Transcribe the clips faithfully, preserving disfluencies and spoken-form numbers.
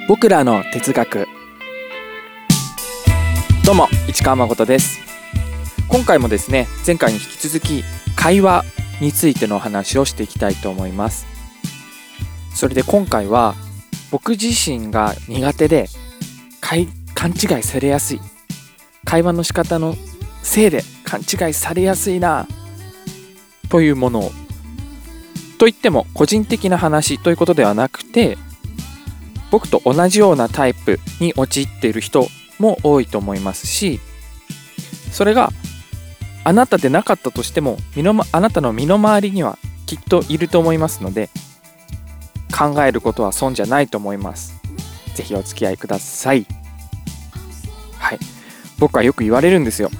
僕らの哲学。どうも市川誠です。今回もですね、前回に引き続き会話についてのお話をしていきたいと思います。それで今回は僕自身が苦手で勘違いされやすい、会話の仕方のせいで勘違いされやすいなというものを、といっても個人的な話ということではなくて、僕と同じようなタイプに陥っている人も多いと思いますし、それがあなたでなかったとしても身の、ま、あなたの身の回りにはきっといると思いますので、考えることは損じゃないと思います。ぜひお付き合いください。はい、僕はよく言われるんですよ。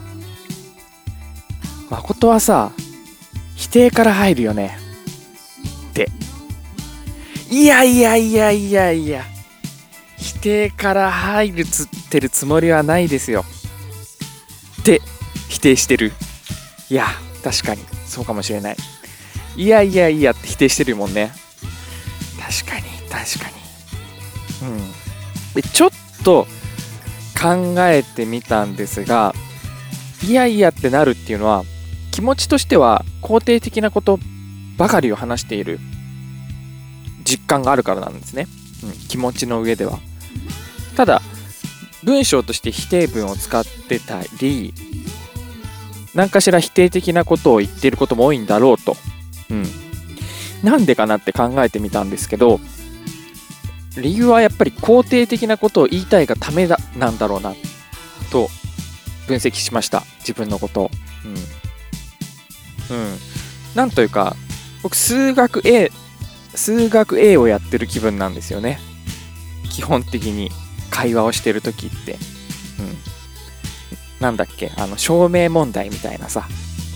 誠はさ、否定から入るよねって。いやいやいやいやいや、否定から入るつってるつもりはないですよって否定してる。いや確かにそうかもしれない。いやいやいやって否定してるもんね。確かに確かに。うんでちょっと考えてみたんですが、いやいやってなるっていうのは気持ちとしては肯定的なことばかりを話している実感があるからなんですね、うん、気持ちの上では。ただ文章として否定文を使ってたり、何かしら否定的なことを言っていることも多いんだろうと、うん、なんでかなって考えてみたんですけど、理由はやっぱり肯定的なことを言いたいがためだなんだろうなと分析しました、自分のことを。うん、うん、なんというか僕数学 A 数学 A をやってる気分なんですよね、基本的に会話をしてる時って。うん、なんだっけ、あの証明問題みたいなさ、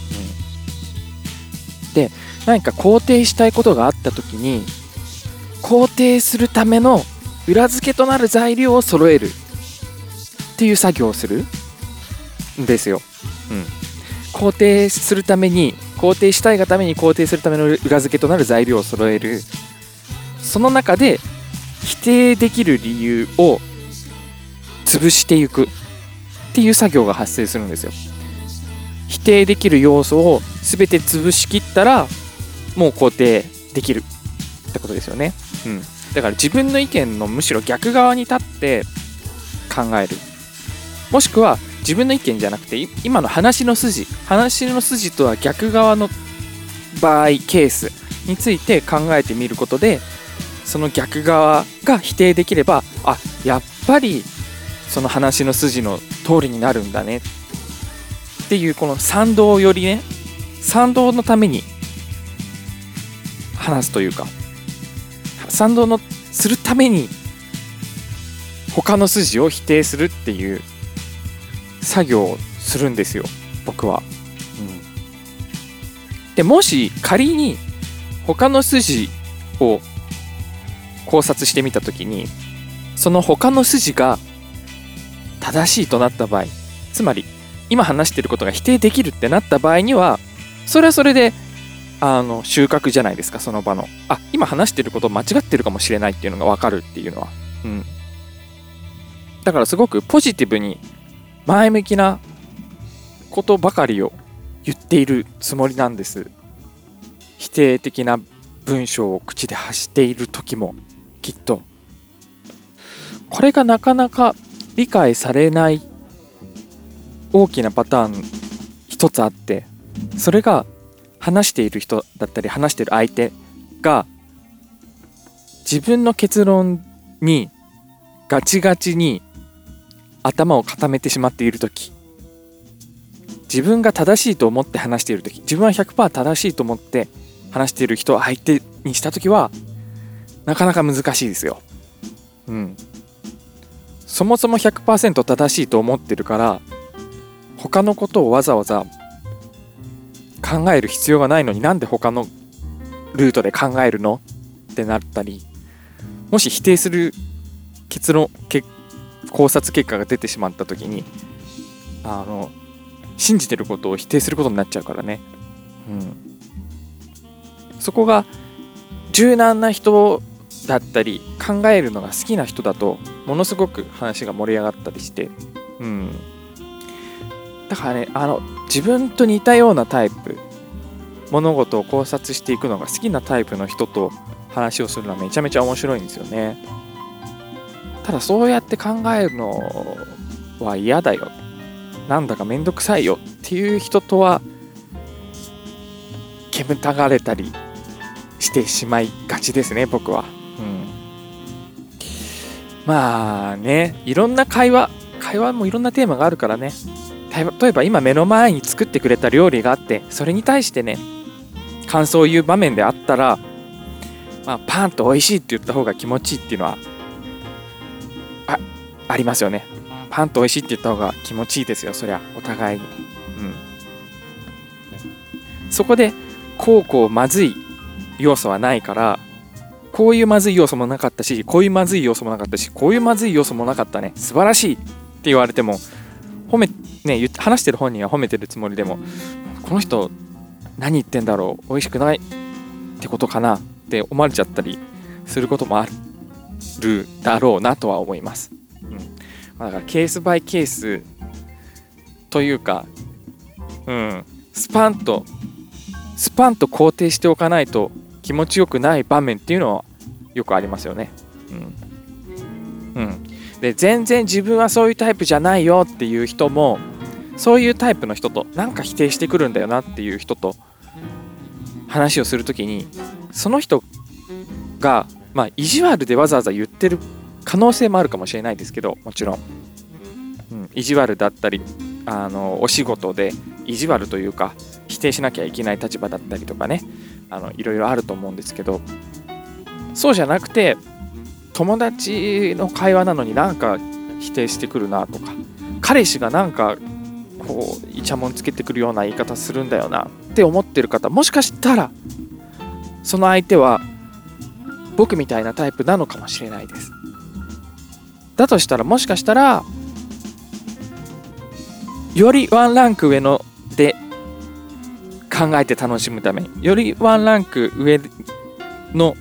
うん、で何か肯定したいことがあった時に肯定するための裏付けとなる材料を揃えるっていう作業をするんですよ、うん、肯定するために肯定したいがために肯定するための裏付けとなる材料を揃える。その中で否定できる理由を潰していくっていう作業が発生するんですよ。否定できる要素を全て潰しきったらもう肯定できるってことですよね、うん、だから自分の意見のむしろ逆側に立って考える、もしくは自分の意見じゃなくて今の話の筋話の筋とは逆側の場合ケースについて考えてみることで、その逆側が否定できれば、あ、やっぱりその話の筋の通りになるんだねっていう、この賛同よりね、賛同のために話すというか、賛同のするために他の筋を否定するっていう作業をするんですよ、僕は。うん、でもし仮に他の筋を考察してみたときに、その他の筋が正しいとなった場合、つまり今話していることが否定できるってなった場合には、それはそれであの収穫じゃないですか、その場の。あ、今話していること間違ってるかもしれないっていうのが分かるっていうのは、うん、だからすごくポジティブに前向きなことばかりを言っているつもりなんです。否定的な文章を口で発している時もきっと。これがなかなか理解されない大きなパターン一つあって、それが話している人だったり話している相手が自分の結論にガチガチに頭を固めてしまっているとき、自分が正しいと思って話しているとき、自分は ひゃくパーセント 正しいと思って話している人を相手にしたときはなかなか難しいですよ。うん。そもそも ひゃくパーセント 正しいと思ってるから他のことをわざわざ考える必要がないのに、なんで他のルートで考えるのってなったり、もし否定する結論結考察結果が出てしまった時に、あの信じてることを否定することになっちゃうからね、うん、そこが柔軟な人だったり考えるのが好きな人だとものすごく話が盛り上がったりして、うん、だからね、あの自分と似たようなタイプ、物事を考察していくのが好きなタイプの人と話をするのはめちゃめちゃ面白いんですよね。ただそうやって考えるのは嫌だよ、なんだかめんどくさいよっていう人とは煙たがれたりしてしまいがちですね、僕は。うん、まあね、いろんな会話会話もいろんなテーマがあるからね。例えば今目の前に作ってくれた料理があって、それに対してね感想を言う場面であったら、まあ、パンと美味しいって言った方が気持ちいいっていうのは あ, ありますよね。パンと美味しいって言った方が気持ちいいですよ、そりゃお互いに。うん、そこでこうこうまずい要素はないから、こういうまずい要素もなかったし、こういうまずい要素もなかったし、こういうまずい要素もなかったね、素晴らしいって言われても褒めね、話してる本人は褒めてるつもりでも、この人何言ってんだろう、美味しくないってことかなって思われちゃったりすることもあるだろうなとは思います。うん、だからケースバイケースというか、うん、スパンとスパンと肯定しておかないと気持ちよくない場面っていうのはよくありますよね。うん。うん。で、全然自分はそういうタイプじゃないよっていう人も、そういうタイプの人となんか否定してくるんだよなっていう人と話をするときに、その人がまあ意地悪でわざわざ言ってる可能性もあるかもしれないですけど、もちろん、うん、意地悪だったり、あのお仕事で意地悪というか否定しなきゃいけない立場だったりとかね、あのいろいろあると思うんですけど、そうじゃなくて友達の会話なのになんか否定してくるなとか、彼氏がなんかこうイチャモンつけてくるような言い方するんだよなって思ってる方、もしかしたらその相手は僕みたいなタイプなのかもしれないです。だとしたら、もしかしたらよりワンランク上ので考えて楽しむために、よりワンランク上の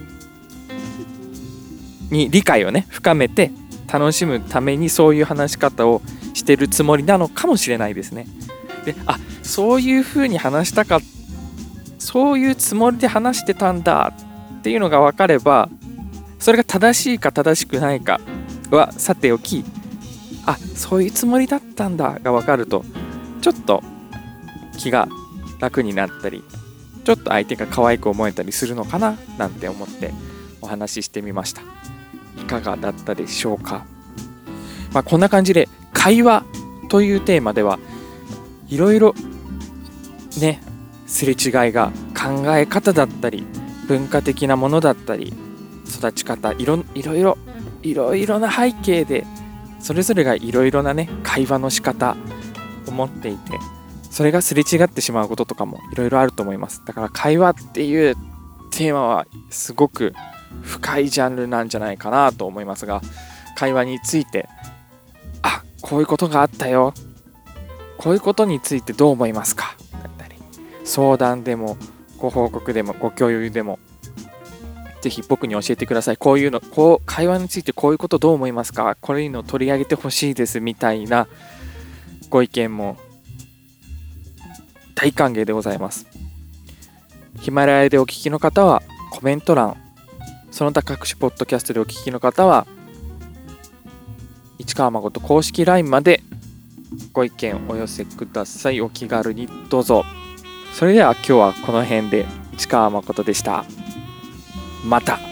に理解をね深めて楽しむためにそういう話し方をしてるつもりなのかもしれないですね。で、あ、そういう風に話したか、そういうつもりで話してたんだっていうのが分かれば、それが正しいか正しくないかはさておき、あ、そういうつもりだったんだが分かると、ちょっと気が楽になったり、ちょっと相手が可愛く思えたりするのかななんて思ってお話ししてみました。いかがだったでしょうか。まあ、こんな感じで会話というテーマではいろいろね、すれ違いが考え方だったり文化的なものだったり育ち方、いろいろいろいろいろな背景でそれぞれがいろいろなね会話の仕方を持っていて、それがすれ違ってしまうこととかもいろいろあると思います。だから会話っていうテーマはすごく深いジャンルなんじゃないかなと思いますが、会話について、あ、こういうことがあったよ、こういうことについてどう思いますかだったり、相談でもご報告でもご共有でもぜひ僕に教えてください。こういうの、こう会話についてこういうことどう思いますか、これの取り上げてほしいですみたいなご意見も大歓迎でございます。ヒマラヤでお聞きの方はコメント欄、その他各種ポッドキャストでお聞きの方は市川誠公式 ライン までご意見お寄せください。お気軽にどうぞ。それでは今日はこの辺で、市川誠でした。また。